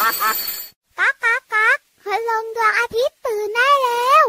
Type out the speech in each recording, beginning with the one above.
ก๊ากก๊ากก๊ากพลังดวงอาทิตย์ตื่นได้แล้ว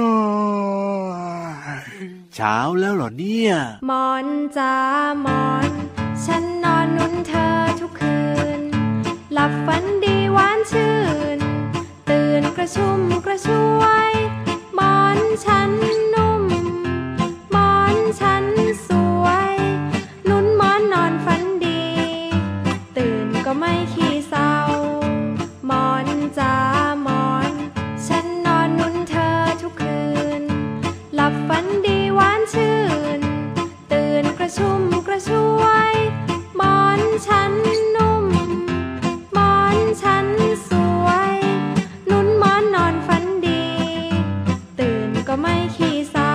เช้าแล้วเหรอเนี่ยหมอนจ้าหมอนฉันนอนนุ่นเธอทุกคืนหลับฝันดีหวานชื่นตื่นกระชุ่มกระชวยหมอนฉันนุ่มหมอนฉันสวยนุ่นหมอนนอนฝันดีตื่นก็ไม่ขี้เศร้าหมอนจ้าหมอนฉันนอนนุ่นเธอทุกคืนหลับฝันดีหวานชื่นตื่นกระชุ่มกระชวยหมอนฉันนุ่มหมอนฉันสวยนุ่นหมอนนอนฝันดีตื่นก็ไม่ขี้เศร้า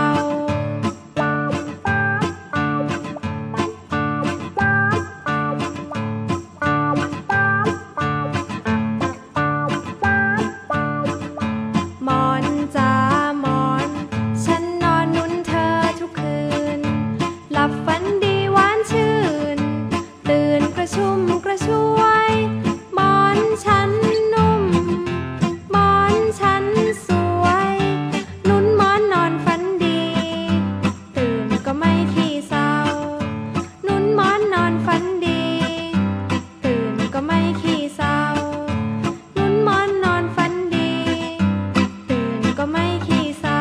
หมอนจ้าหมอนฉันนอนนุ่นเธอทุกคืนหลับฝันดีหวานชื่นตื่นกระชุ่มกระชวยหมอนฉันนุ่มหมอนฉันสวยนุ่นหมอนนอนฝันดีตื่นก็ไม่ขี้เศร้านุ่นหมอนนอนฝันดีตื่นก็ไม่ขี้เศร้านุ่นหมอนนอนฝันดีตื่นก็ไม่ขี้เศร้า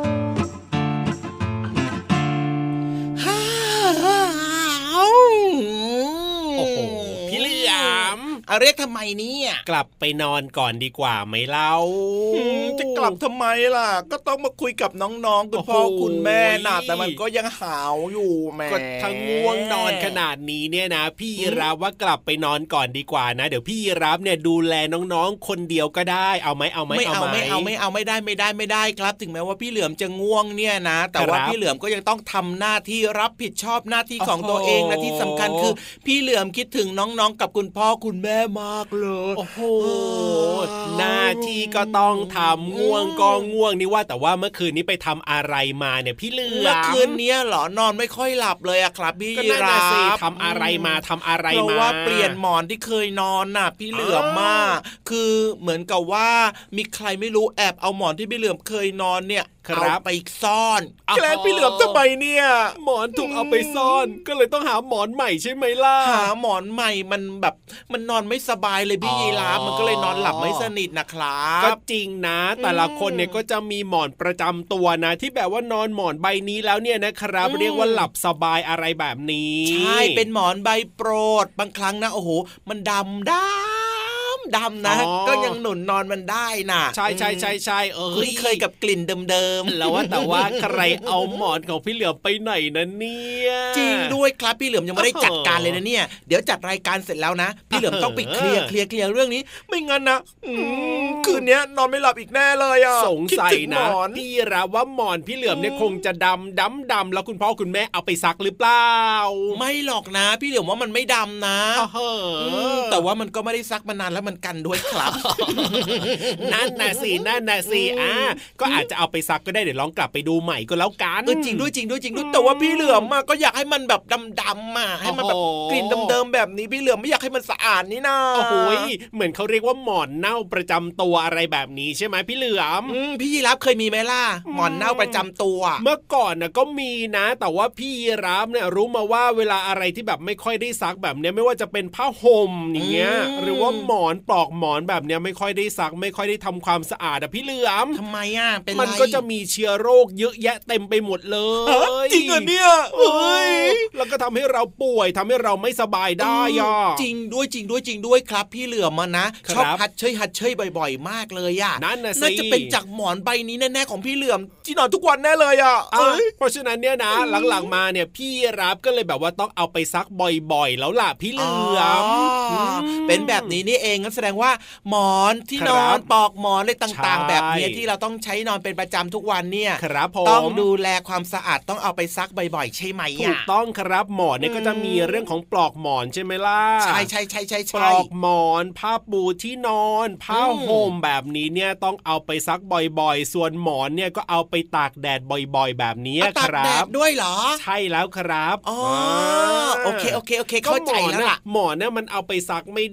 โอ้โหพี่เหลือมเรียกทำไมเนี่ยกลับไปนอนก่อนดีกว่าไหมเล่าจะกลับทำไมล่ะก็ต้องมาคุยกับน้องๆคุณพ่อคุณแม่น่ะแต่มันก็ยังหาวอยู่แม่ก็ทั้งง่วงนอนขนาดนี้เนี่ยนะพี่รับว่ากลับไปนอนก่อนดีกว่านะเดี๋ยวพี่รับเนี่ยดูแลน้องๆคนเดียวก็ได้เอาไหมไม่ได้ครับถึงแม้ว่าพี่เหลือมจะง่วงเนี่ยนะแต่ว่าพี่เหลือมก็ยังต้องทำหน้าที่รับผิดชอบหน้าที่ของตัวเองและที่สำคัญคือพี่เหลือมคิดถึงน้องๆกับคุณพ่อคุณแม่มากเลยโอ้โหหน้าที่ก็ต้องทำง่วงก็ง่วงนี่ว่าแต่ว่าเมื่อคืนนี้ไปทำอะไรมาเนี่ยพี่เหลือมเมื่อคืนนี้เหรอนอนไม่ค่อยหลับเลยอะครับพี่ราบทำอะไรมาเพราะว่าเปลี่ยนหมอนที่เคยนอนน่ะพี่เหลือมมากคือเหมือนกับว่ามีใครไม่รู้แอบเอาหมอนที่พี่เหลือมเคยนอนเนี่ยเอาไปซ่อนแกล้งพี่เหลือมทำไมเนี่ยหมอนถูกเอาไปซ่อนก็เลยต้องหาหมอนใหม่ใช่ไหมล่ะหาหมอนใหม่มันแบบมันนอนไม่สบายเลยพี่ยีราฟมันก็เลยนอนหลับไม่สนิทนะครับก็จริงนะแต่ละคนเนี่ยก็จะมีหมอนประจำตัวนะที่แบบว่านอนหมอนใบนี้แล้วเนี่ยนะครับเรียกว่าหลับสบายอะไรแบบนี้ใช่เป็นหมอนใบโปรดบางครั้งนะโอ้โหมันดำนะก็ยังหนุนนอนมันได้น่ะใช่คุ้นเคยกับกลิ่นเดิมๆแล้วว่าแต่ว่าใครเอาหมอนของพี่เหลือมไปไหนนะเนี่ยจริงด้วยครับพี่เหลือมยังไม่ได้จัดการเลยนะเนี่ยเดี๋ยวจัดรายการเสร็จแล้วนะพี่เหลือมต้องไปเคลียร์เรื่องนี้ไม่งั้นนะคืนนี้นอนไม่หลับอีกแน่เลยอ่ะสงสัยนะพี่รับว่าหมอนพี่เหลือมเนี่ยคงจะดำแล้วคุณพ่อคุณแม่เอาไปซักหรือเปล่าไม่หรอกนะพี่เหลือมว่ามันไม่ดำนะแต่ว่ามันก็ไม่ได้ซักมานานแล้วมันกันด้วยครับนั่นน่ะสิก็อาจจะเอาไปซักก็ได้เดี๋ยวลองกลับไปดูใหม่ก็แล้วกันจริงด้วยแต่ว่าพี่เหลือมมาก็อยากให้มันแบบดำมาให้มันแบบกลิ่นเดิมๆแบบนี้พี่เหลือมไม่อยากให้มันสะอาดนี่นะโอ้โหเหมือนเขาเรียกว่าหมอนเน่าประจำตัวอะไรแบบนี้ใช่ไหมพี่เหลือมพี่ยีราฟเคยมีไหมล่ะหมอนเน่าประจำตัวเมื่อก่อนนะก็มีนะแต่ว่าพี่ยีราฟเนี่ยรู้มาว่าเวลาอะไรที่แบบไม่ค่อยได้ซักแบบเนี้ยไม่ว่าจะเป็นผ้าห่มอย่างเงี้ยหรือว่าหมอนปลอกหมอนแบบเนี้ยไม่ค่อยได้ซักไม่ค่อยได้ทำความสะอาดพี่เหลือมทำไมอ่ะเป็นไรมันก็จะมีเชื้อโรคเยอะแยะเต็มไปหมดเลยจริงเหรอเนี่ยแล้วก็ทำให้เราป่วยทำให้เราไม่สบายได้อ่ะจริงด้วยครับพี่เหลือมนะชอบหัดเชยบ่อยๆมากเลยอ่ะนั่นน่ะสิน่าจะเป็นจากหมอนใบนี้แน่ๆของพี่เหลือมที่นอนทุกวันแน่เลยอ่ะเพราะฉะนั้นเนี่ยนะหลังๆมาเนี่ยพี่รับก็เลยแบบว่าต้องเอาไปซักบ่อยๆแล้วล่ะพี่เหลือมเป็นแบบนี้นี่เองงั้นแสดงว่าหมอนที่นอนปลอกหมอนอะไรต่างๆแบบนี้ที่เราต้องใช้นอนเป็นประจำทุกวันเนี่ยต้องดูแลความสะอาดต้องเอาไปซักบ่อยๆใช่ไหมถูกต้องครับหมอนเนี่ยก็จะมีเรื่องของปลอกหมอนใช่ไหมล่ะใช่ปลอกหมอนผ้าปูที่นอนผ้าห่มแบบนี้เนี่ยต้องเอาไปซักบ่อยๆส่วนหมอนเนี่ยก็เอาไปตากแดดบ่อยๆแบบนี้ครับตากแดดด้วยเหรอใช่แล้วครับโอเคเข้าใจแล้วล่ะหมอนเนี่ยมันเอาไปซักไม่ไ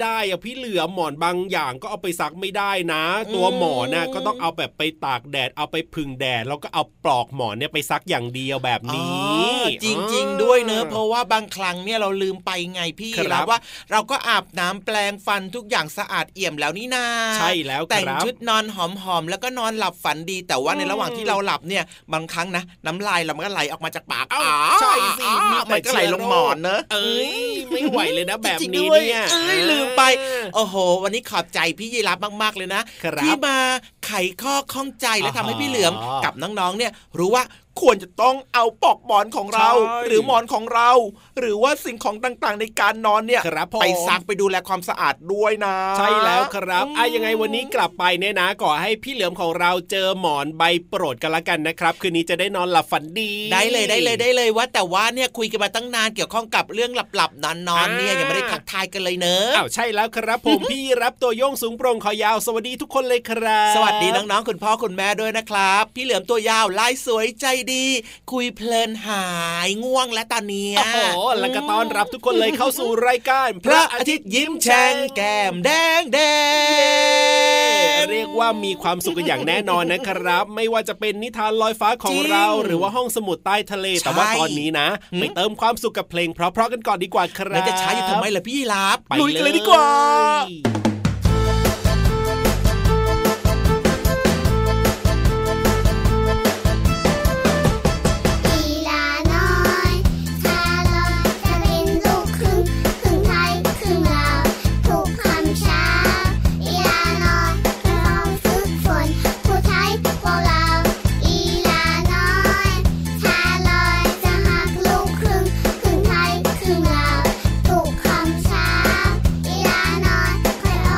ได้อะพี่เหลือหมอนบางอย่างก็เอาไปซักไม่ได้นะตัวหมอนน่ะก็ต้องเอาแบบไปตากแดดเอาไปพึ่งแดดแล้วก็เอาปลอกหมอนเนี่ยไปซักอย่างเดียวแบบนี้จริงๆด้วยเนอะเพราะว่าบางครั้งเนี่ยเราลืมไปไงพี่แล้วว่าเราก็อาบน้ำแปรงฟันทุกอย่างสะอาดเอี่ยมแล้วนี่นาใช่แล้วครับแต่งชุดนอนหอมๆแล้วก็นอนหลับฝันดีแต่ว่าในระหว่างที่เราหลับเนี่ยบางครั้งนะน้ำลายเรามันก็ไหลออกมาจากปากใช่สิมันก็ไหลลงหมอนเนอะไม่ไหวเลยนะแบบนี้เนี่ยลืมไปโอ้โหวันนี้ขอบใจพี่ยีรับมากๆเลยนะที่มาไขข้อข้องใจและทำให้พี่เหลือมกับน้องๆเนี่ยรู้ว่าควรจะต้องเอาปลอกหมอนของเราหรือหมอนของเราหรือว่าสิ่งของต่างๆในการนอนเนี่ยไปซักไปดูแลความสะอาดด้วยนะใช่แล้วครับยังไงวันนี้กลับไปเนี่ยนะขอให้พี่เหลือมของเราเจอหมอนใบโปรดกันละกันนะครับคืนนี้จะได้นอนหลับฝันดีได้เลยว่าแต่ว่าเนี่ยคุยกันมาตั้งนานเกี่ยวข้องกับเรื่องหลับๆนอนเนี่ยยังไม่ได้ทักทายกันเลยเนอะใช่แล้วครับผม พี่รับตัวโยงสูงโปร่งคอยาวสวัสดีทุกคนเลยครับสวัสดีน้องๆคุณพ่อคุณแม่ด้วยนะครับพี่เหลือมตัวยาวลายสวยใจดีคุยเพลินหายง่วงและตอนนี้โอ้โหแล้วก็ต้อนรับทุกคนเลยเข้าสู่รายการพระอาทิตย์ยิ้มแฉ่งแก้มแดงเรียกว่ามีความสุขกันอย่างแน่นอนนะครับไม่ว่าจะเป็นนิทานลอยฟ้าของเราหรือว่าห้องสมุดใต้ทะเลแต่ว่าตอนนี้นะไปเติมความสุขกับเพลงเพราะๆกันก่อนดีกว่าครับแล้วจะช้าอยู่ทำไมล่ะพี่ลับลุยกันเลยดีกว่าอ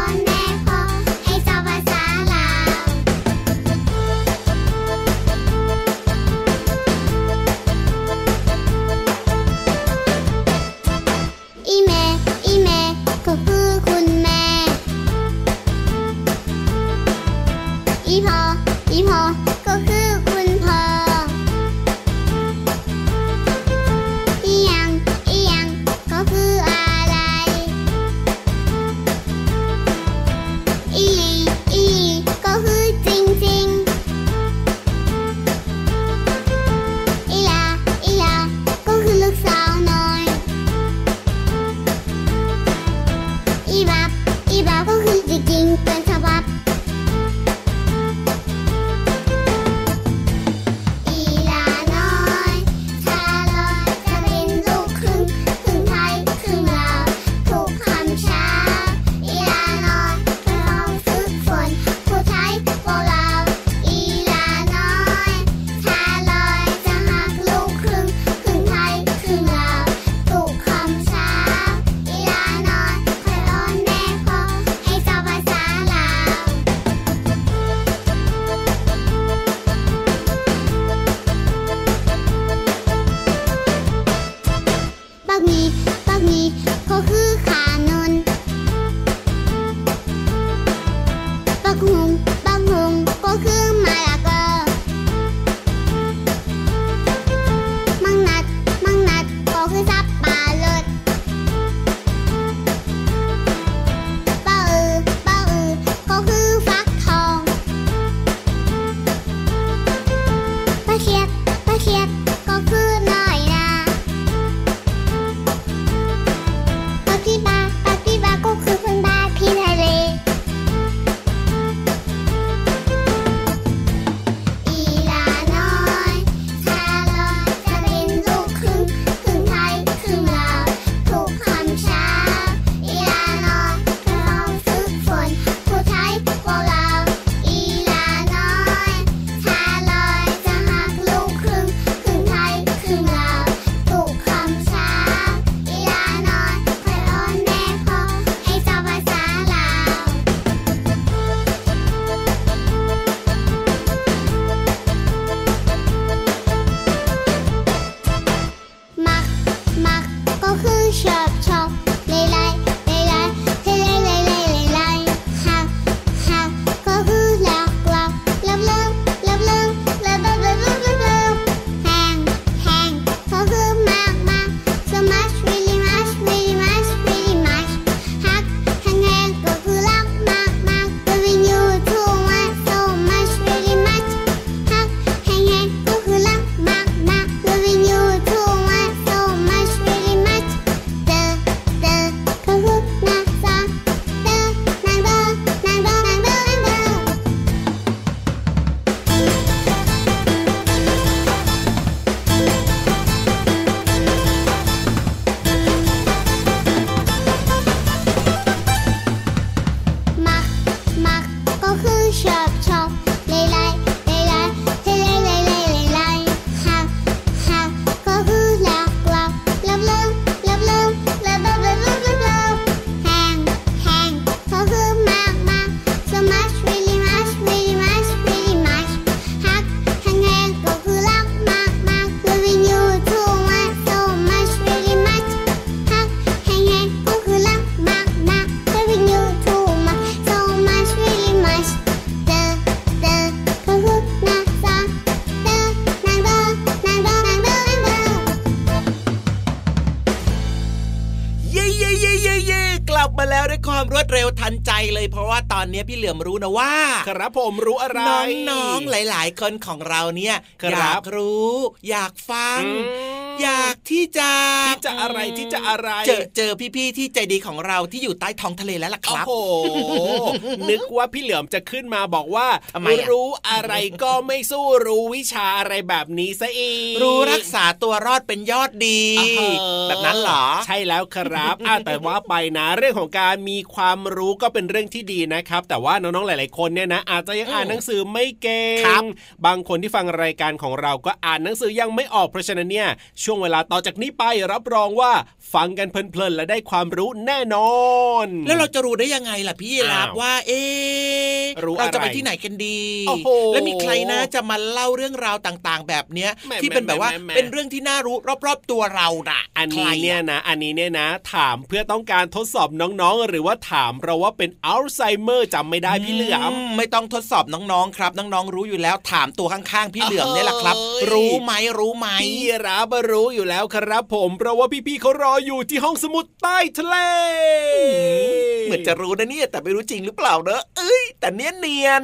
ด้วยความรวดเร็วทันใจเลยเพราะว่าตอนนี้พี่เหลือมรู้นะว่าครับผมรู้อะไรน้องๆหลายๆคนของเราเนี่ยอยากรู้อยากฟังอยากที่จะอะไรที่จะอะไรเจอพี่ๆที่ใจดีของเราที่อยู่ใต้ท้องทะเลแล้วล่ะครับโอ้โหนึกว่าพี่เหลือมจะขึ้นมาบอกว่ารู้อะไรก็ไม่สู้รู้วิชาอะไรแบบนี้ซะอีกรู้รักษาตัวรอดเป็นยอดดีแบบนั้นเหรอใช่แล้วครับแต่ว่าไปนะเรื่องของการมีความรู้ก็เป็นเรื่องที่ดีนะครับแต่ว่าน้องๆหลายๆคนเนี่ยนะอาจจะยังอ่านหนังสือไม่เก่งบางคนที่ฟังรายการของเราก็อ่านหนังสือยังไม่ออกเพราะฉะนั้นเนี่ยช่วงเวลาต่อจากนี้ไปรับรองว่าฟังกันเพลินๆและได้ความรู้แน่นอนแล้วเราจะรู้ได้ยังไงล่ะพี่รับว่าเราจะไปที่ไหนกันดีแล้วมีใครนะจะมาเล่าเรื่องราวต่างๆแบบเนี้ยที่เป็นแบบว่าเป็นเรื่องที่น่ารู้รอบๆตัวเราน่ะอันนี้เนี่ยนะถามเพื่อต้องการทดสอบน้องๆหรือว่าถามเราว่าเป็นอัลไซเมอร์จำไม่ได้พี่เหลือมไม่ต้องทดสอบน้องๆครับน้องๆรู้อยู่แล้วถามตัวข้างๆพี่เหลือมนี่แหละครับรู้ไหมพี่รับรู้อยู่แล้วครับผมเพราะว่าพี่ๆเขารออยู่ที่ห้องสมุดใต้ทะเลเหมือนจะรู้นะเนี่ยแต่ไม่รู้จริงหรือเปล่าเนอะแต่เนียน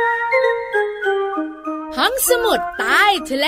ห้องสมุดใต้ทะเล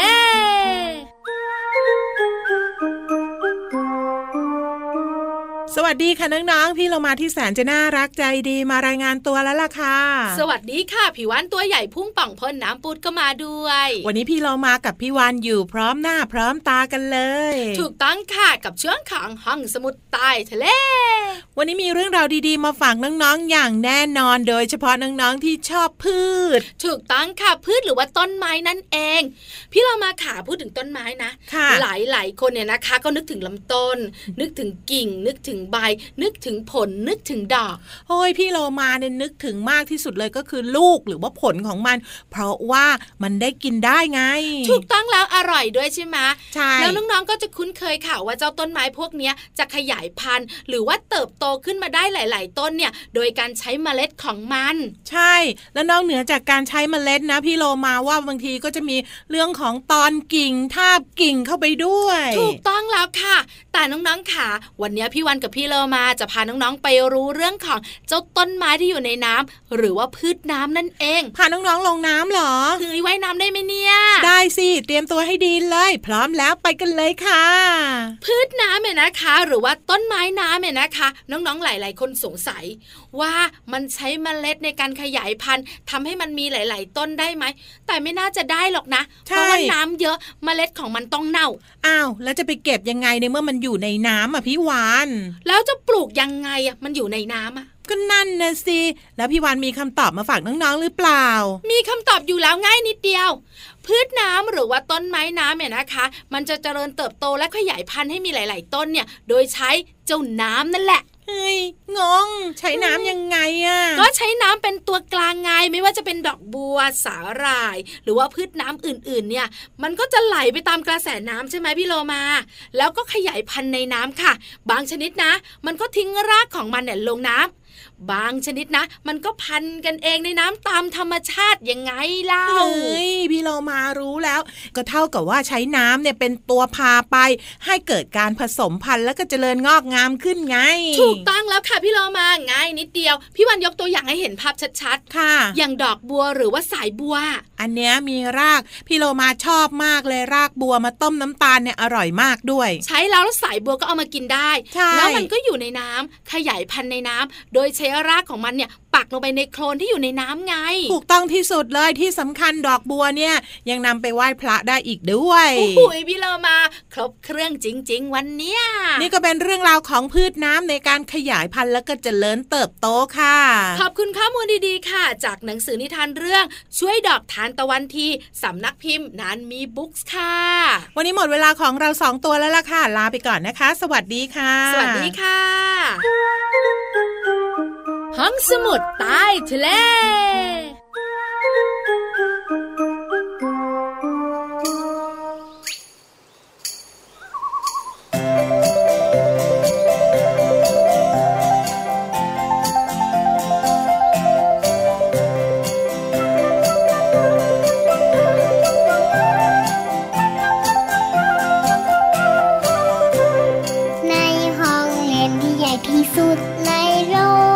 สวัสดีค่ะน้องๆพี่เรามาที่แสนจะน่ารักใจดีมารายงานตัวแล้วล่ะค่ะสวัสดีค่ะพี่วานตัวใหญ่พุ่งป่องพ่นน้ำปูดก็มาด้วยวันนี้พี่เรามากับพี่วานอยู่พร้อมหน้าพร้อมตากันเลยถูกต้องค่ะกับช่วงของห้องสมุดใต้ทะเลวันนี้มีเรื่องราวดีๆมาฝากน้องๆอย่างแน่นอนโดยเฉพาะน้องๆที่ชอบพืชถูกต้องค่ะพืชหรือว่าต้นไม้นั่นเองพี่เรามาขาพูดถึงต้นไม้นะหลายคนเนี่ยนะคะก็นึกถึงลำต้นนึกถึงกิ่งนึกถึงใบนึกถึงผลนึกถึงดอกโอ้ยพี่โลมาเนี่ยนึกถึงมากที่สุดเลยก็คือลูกหรือว่าผลของมันเพราะว่ามันได้กินได้ไงถูกต้องแล้วอร่อยด้วยใช่ไหมใช่แล้วน้องๆก็จะคุ้นเคยค่ะว่าเจ้าต้นไม้พวกนี้จะขยายพันธุ์หรือว่าเติบโตขึ้นมาได้หลายๆต้นเนี่ยโดยการใช้เมล็ดของมันใช่แล้วนอกเหนือจากการใช้เมล็ดนะพี่โลมาว่าบางทีก็จะมีเรื่องของตอนกิ่งทาบกิ่งเข้าไปด้วยถูกต้องแล้วค่ะแต่น้องๆค่ะวันนี้พี่วันกับพี่โลมาจะพาน้องๆไปรู้เรื่องของเจ้าต้นไม้ที่อยู่ในน้ำหรือว่าพืชน้ำนั่นเองพาน้องๆลงน้ำเหรอคือว่ายน้ำได้ไหมเนี่ยได้สิเตรียมตัวให้ดีเลยพร้อมแล้วไปกันเลยค่ะพืชน้ำเนี่ยนะคะหรือว่าต้นไม้น้ำเนี่ยนะคะน้องๆหลายๆคนสงสัยว่ามันใช้เมล็ดในการขยายพันธุ์ทำให้มันมีหลายๆต้นได้ไหมแต่ไม่น่าจะได้หรอกนะเพราะว่าน้ำเยอะเมล็ดของมันต้องเน่าอ้าวแล้วจะไปเก็บยังไงในเมื่อมันอยู่ในน้ำอ่ะพี่วานแล้วจะปลูกยังไงอ่ะมันอยู่ในน้ำอ่ะก็นั่นนะสิแล้วพี่วานมีคำตอบมาฝากน้องๆหรือเปล่ามีคำตอบอยู่แล้วง่ายนิดเดียวพืชน้ำหรือว่าต้นไม้น้ำเนี่ยนะคะมันจะเจริญเติบโตและขยายพันธุ์ให้มีหลายๆต้นเนี่ยโดยใช้เจ้าน้ำนั่นแหละเฮ้ยงงใช้น้ำยังไงอ่ะก็ใช้น้ำเป็นตัวกลางไงไม่ว่าจะเป็นดอกบัวสาหร่ายหรือว่าพืชน้ำอื่นๆเนี่ยมันก็จะไหลไปตามกระแสน้ำใช่ไหมพี่โลมาแล้วก็ขยายพันธุ์ในน้ำค่ะบางชนิดนะมันก็ทิ้งรากของมันเนี่ยลงน้ำบางชนิดนะมันก็พันกันเองในน้ำตามธรรมชาติยังไงเล่าเฮ้ยพี่โลมารู้แล้วก็เท่ากับว่าใช้น้ำเนี่ยเป็นตัวพาไปให้เกิดการผสมพันธุ์แล้วก็เจริญงอกงามขึ้นไงถูกต้องแล้วค่ะพี่โลมาง่ายนิดเดียวพี่วันยกตัวอย่างให้เห็นภาพชัดๆค่ะอย่างดอกบัวหรือว่าสายบัวอันเนี้ยมีรากพี่โลมาชอบมากเลยรากบัวมาต้มน้ำตาลเนี่ยอร่อยมากด้วยใช้แล้วสายบัวก็เอามากินได้แล้วมันก็อยู่ในน้ำขยายพันธุ์ในน้ำโดยใช้รากของมันเนี่ยปักลงไปในโคลนที่อยู่ในน้ำไงถูกต้องที่สุดเลยที่สำคัญดอกบัวเนี่ยยังนำไปไหว้พระได้อีกด้วยโอ้ยพี่เรามาครบเครื่องจริงๆวันเนี้ยนี่ก็เป็นเรื่องราวของพืชน้ำในการขยายพันธุ์และก็เจริญเติบโตค่ะขอบคุณข้อมูลดีๆค่ะจากหนังสือนิทานเรื่องช่วยดอกทานตะวันทีสำนักพิมพ์นานมีบุ๊กส์ค่ะวันนี้หมดเวลาของเรา2ตัวแล้วล่ะค่ะลาไปก่อนนะคะสวัสดีค่ะสวัสดีค่ะห้องสมุดใต้ทะเลในห้องเรียนที่ใหญ่ที่สุดในโลก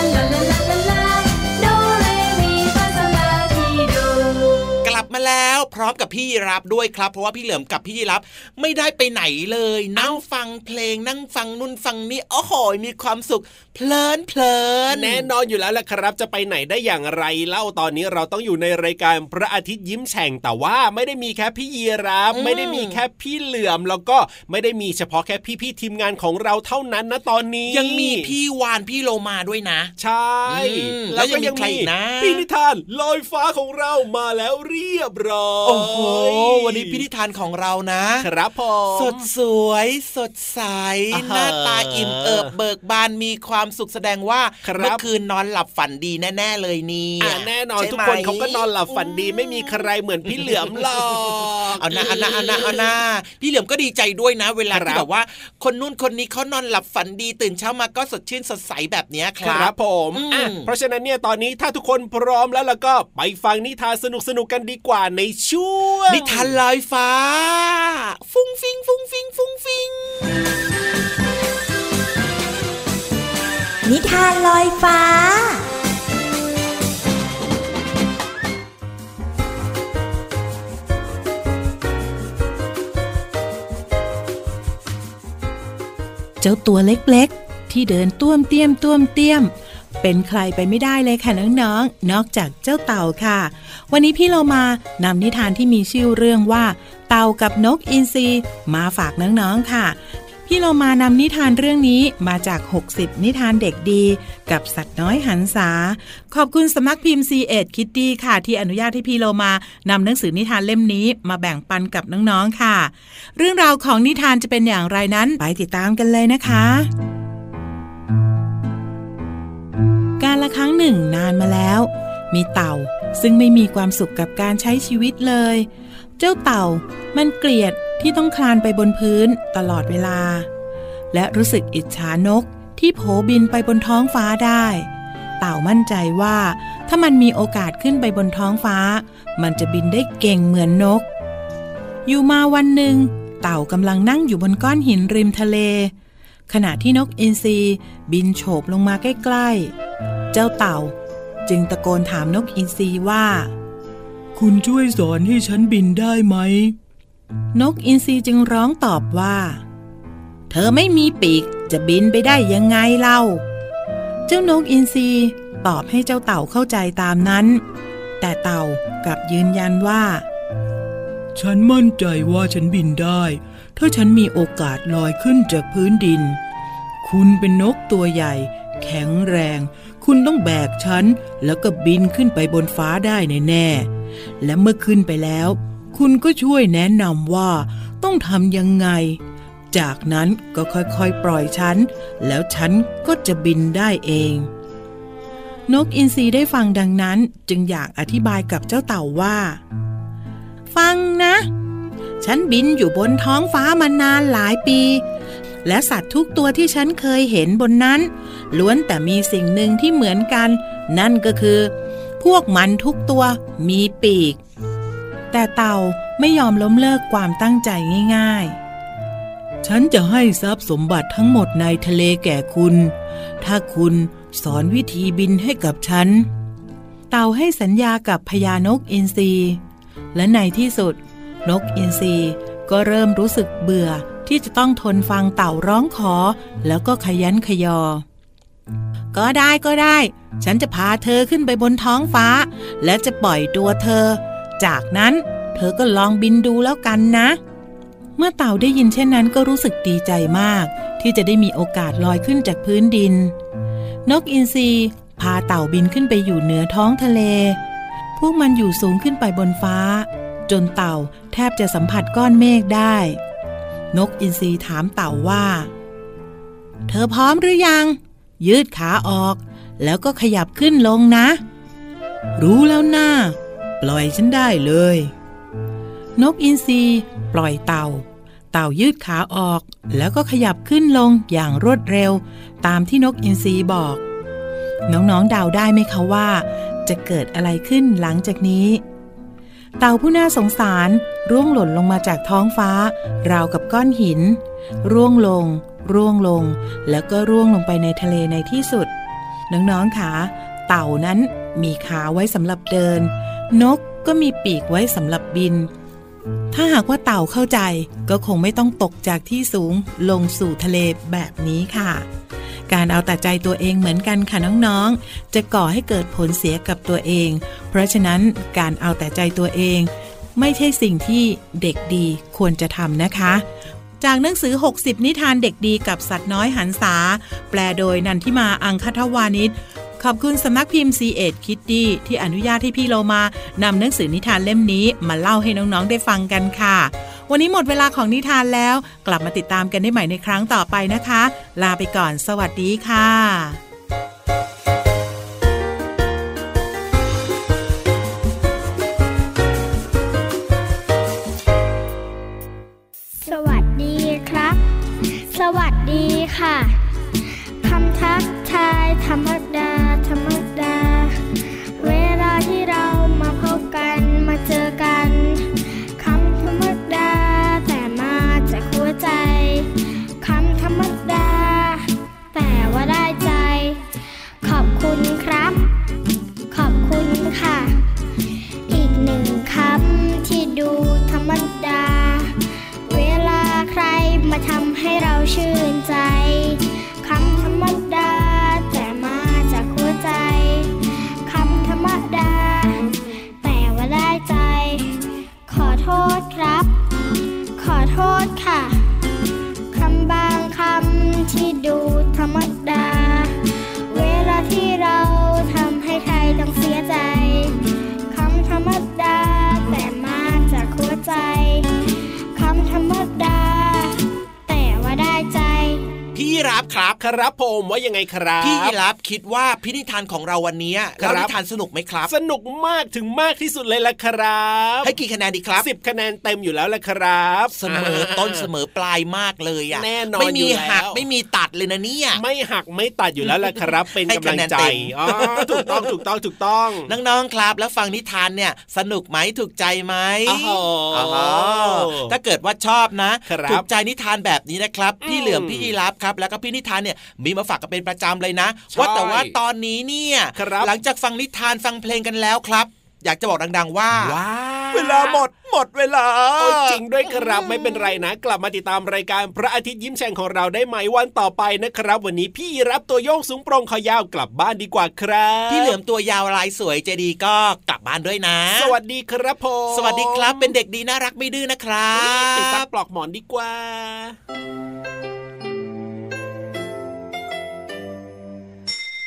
ลาลาลาลาลาโดเรมีฟาโซลาทีโดกลับมาแล้วพร้อมกับพี่ยีรับด้วยครับเพราะว่าพี่เหลือมกับพี่ยีรับไม่ได้ไปไหนเลยนั่งฟังเพลงนั่งฟังนู่นฟังนี่โอ้โหมีความสุขเพลินแน่นอนอยู่แล้วแหละครับจะไปไหนได้อย่างไรเล่าตอนนี้เราต้องอยู่ในรายการพระอาทิตย์ยิ้มแฉ่งแต่ว่าไม่ได้มีแค่พี่ยีรับไม่ได้มีแค่พี่เหลือมแล้วก็ไม่ได้มีเฉพาะแค่พี่ทีมงานของเราเท่านั้นนะตอนนี้ยังมีพี่วานพี่โลมาด้วยนะใช่แล้วก็ยังมีนะพี่นิทานลอยฟ้าของเรามาแล้วเรียบร้อยโอ้โหวันนี้พี่นิทานของเรานะครับผมสดสวยสดใสหน้าตาอิ่มเอิบเบิกบานมีความสุขแสดงว่าเมื่อคืนนอนหลับฝันดีแน่ๆเลยนี่แน่นอนทุกคนเขาก็นอนหลับฝันดีไม่มีใครเหมือนพี่เหลือมหรอกเอานะพี่เหลือมก็ดีใจด้วยนะเวลาที่แบบว่าคนนู้นคนนี้เขานอนหลับฝันดีตื่นเช้ามาก็สดชื่นสดใสแบบนี้ครับผมเพราะฉะนั้นเนี่ยตอนนี้ถ้าทุกคนพร้อมแล้วก็ไปฟังนิทานสนุกกันดีกว่าในช่วงนิทานลอยฟ้าฟุ้งฟิงฟุ้งฟิงฟุ้งฟิงนิทานลอยฟ้าเจ้าตัวเล็กๆที่เดินต้วมเตี้ยมเป็นใครไปไม่ได้เลยค่ะน้องๆนอกจากเจ้าเต่าค่ะวันนี้พี่เรามานำนิทานที่มีชื่อเรื่องว่าเต่ากับนกอินทรีมาฝากน้องๆค่ะพพี่เรามานำนิทานเรื่องนี้มาจาก60นิทานเด็กดีกับสัตว์น้อยหันษาขอบคุณสำนักพิมพ์ C.Ed Kids ค่ะที่อนุญาตให้พี่เรามานำหนังสือนิทานเล่มนี้มาแบ่งปันกับน้องๆค่ะเรื่องราวของนิทานจะเป็นอย่างไรนั้นไปติดตามกันเลยนะคะกาลครั้งหนึ่งนานมาแล้วมีเต่าซึ่งไม่มีความสุขกับการใช้ชีวิตเลยเจ้าเต่ามันเกลียดที่ต้องคลานไปบนพื้นตลอดเวลาและรู้สึกอิจฉานกที่โผบินไปบนท้องฟ้าได้เต่ามั่นใจว่าถ้ามันมีโอกาสขึ้นไปบนท้องฟ้ามันจะบินได้เก่งเหมือนนกอยู่มาวันหนึ่งเต่ากำลังนั่งอยู่บนก้อนหินริมทะเลขณะที่นกอินทรีบินโฉบลงมาใกล้ๆเจ้าเต่าจึงตะโกนถามนกอินทรีว่าคุณช่วยสอนให้ฉันบินได้ไหมนกอินทรีจึงร้องตอบว่าเธอไม่มีปีกจะบินไปได้ยังไงเล่าเจ้านกอินทรีตอบให้เจ้าเต่าเข้าใจตามนั้นแต่เต่ากลับยืนยันว่าฉันมั่นใจว่าฉันบินได้ถ้าฉันมีโอกาสลอยขึ้นจากพื้นดินคุณเป็นนกตัวใหญ่แข็งแรงคุณต้องแบกฉันแล้วก็บินขึ้นไปบนฟ้าได้แน่ๆและเมื่อขึ้นไปแล้วคุณก็ช่วยแนะนำว่าต้องทำยังไงจากนั้นก็ค่อยๆปล่อยฉันแล้วฉันก็จะบินได้เองนกอินทรีได้ฟังดังนั้นจึงอยากอธิบายกับเจ้าเต่าว่าฟังนะฉันบินอยู่บนท้องฟ้ามานานหลายปีและสัตว์ทุกตัวที่ฉันเคยเห็นบนนั้นล้วนแต่มีสิ่งหนึ่งที่เหมือนกันนั่นก็คือพวกมันทุกตัวมีปีกแต่เต่าไม่ยอมล้มเลิกความตั้งใจง่ายๆฉันจะให้ทรัพย์สมบัติทั้งหมดในทะเลแก่คุณถ้าคุณสอนวิธีบินให้กับฉันเต่าให้สัญญากับพญานกอินทรีและในที่สุดนกอินทรีก็เริ่มรู้สึกเบื่อที่จะต้องทนฟังเต่าร้องขอแล้วก็ขยันขยอก็ได้ฉันจะพาเธอขึ้นไปบนท้องฟ้าและจะปล่อยตัวเธอจากนั้นเธอก็ลองบินดูแล้วกันนะเมื่อเต่าได้ยินเช่นนั้นก็รู้สึกดีใจมากที่จะได้มีโอกาสลอยขึ้นจากพื้นดินนกอินทรีพาเต่าบินขึ้นไปอยู่เหนือท้องทะเลพวกมันอยู่สูงขึ้นไปบนฟ้าจนเต่าแทบจะสัมผัสก้อนเมฆได้นกอินทรีถามเต่าว่าเธอพร้อมหรือยังยืดขาออกแล้วก็ขยับขึ้นลงนะรู้แล้วนะปล่อยฉันได้เลยนกอินทรีปล่อยเต่ายืดขาออกแล้วก็ขยับขึ้นลงอย่างรวดเร็วตามที่นกอินทรีบอกน้องๆเดาได้ไหมคะว่าจะเกิดอะไรขึ้นหลังจากนี้เต่าผู้น่าสงสารร่วงหล่นลงมาจากท้องฟ้าราวกับก้อนหินร่วงลงแล้วก็ร่วงลงไปในทะเลในที่สุดน้องๆคะเต่านั้นมีขาไว้สำหรับเดินนกก็มีปีกไว้สำหรับบินถ้าหากว่าเต่าเข้าใจก็คงไม่ต้องตกจากที่สูงลงสู่ทะเลแบบนี้ค่ะการเอาแต่ใจตัวเองเหมือนกันค่ะน้องๆจะก่อให้เกิดผลเสียกับตัวเองเพราะฉะนั้นการเอาแต่ใจตัวเองไม่ใช่สิ่งที่เด็กดีควรจะทำนะคะจากหนังสือ60นิทานเด็กดีกับสัตว์น้อยหันษาแปลโดยนันทิมาอังคทวานิชขอบคุณสำนักพิมพ์ C.Ed Kids ที่อนุญาตให้พี่โลมานำหนังสือนิทานเล่มนี้มาเล่าให้น้องๆได้ฟังกันค่ะวันนี้หมดเวลาของนิทานแล้วกลับมาติดตามกันได้ใหม่ในครั้งต่อไปนะคะลาไปก่อนสวัสดีค่ะสวัสดีครับสวัสดีค่ะคำทักทายธรรมดาเวลาที่เรามาพบกันมาเจอกันคำธรรมดาแต่มาจากหัวใจคำธรรมดาแต่ว่าได้ใจขอบคุณครับขอบคุณค่ะอีกหนึ่งคำที่ดูธรรมดาเวลาใครมาทำให้เราชื่นใจคำธรรมดาแต่มาจากหัวใจคำธรรมดาแต่ว่าได้ใจขอโทษครับขอโทษค่ะคำบางที่ดูธรรมดาเวลาที่เราทำให้ใครต้องเสียใจคำธรรมดาแต่มาจากหัวใจคำธรรมดาแต่ว่าได้ใจพี่รับครับครับผมว่ายังไงครับพี่รับคิดว่าพินิธานของเราวันนี้เรานิทานสนุกไหมครับสนุกมากถึงมากที่สุดเลยล่ะครับให้กี่คะแนนดีครับ 10คะแนนเต็มอยู่แล้วล่ะครับเสมอต้นเสมอปลายมากเลยแน่นอนไม่มีหักไม่มีตัดเลยนะเนี่ยไม่หักไม่ตัดอยู่แล้วล่ะครับเป็นกำลังใจถูกต้องน้องๆครับแล้วฟังนิทานเนี่ยสนุกไหมถูกใจไหมถ้าเกิดว่าชอบนะถูกใจนิทานแบบนี้นะครับพี่เหลือมพี่ยีราฟครับแล้วก็พี่นิทานเนี่ยมีมาฝากกันเป็นประจำเลยนะว่าแต่ว่าตอนนี้เนี่ยหลังจากฟังนิทานฟังเพลงกันแล้วครับอยากจะบอกดังๆว่าเวลาหมดเวลาจริงด้วยครับไม่เป็นไรนะกลับมาติดตามรายการพระอาทิตย์ยิ้มแฉ่งของเราได้ใหม่วันต่อไปนะครับวันนี้พี่รับตัวโยงสูงโปร่งคอยาวกลับบ้านดีกว่าครับพี่เหลือมตัวยาวลายสวยใจดีก็กลับบ้านด้วยนะสวัสดีครับผมสวัสดีครับเป็นเด็กดีน่ารักไม่ดื้อนะครับไปซักปลอกหมอนดีกว่า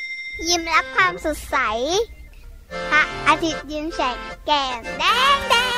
ยิ้มรับความสดใสพระอาทิตย์ยิ้มแฉกแก้มแดง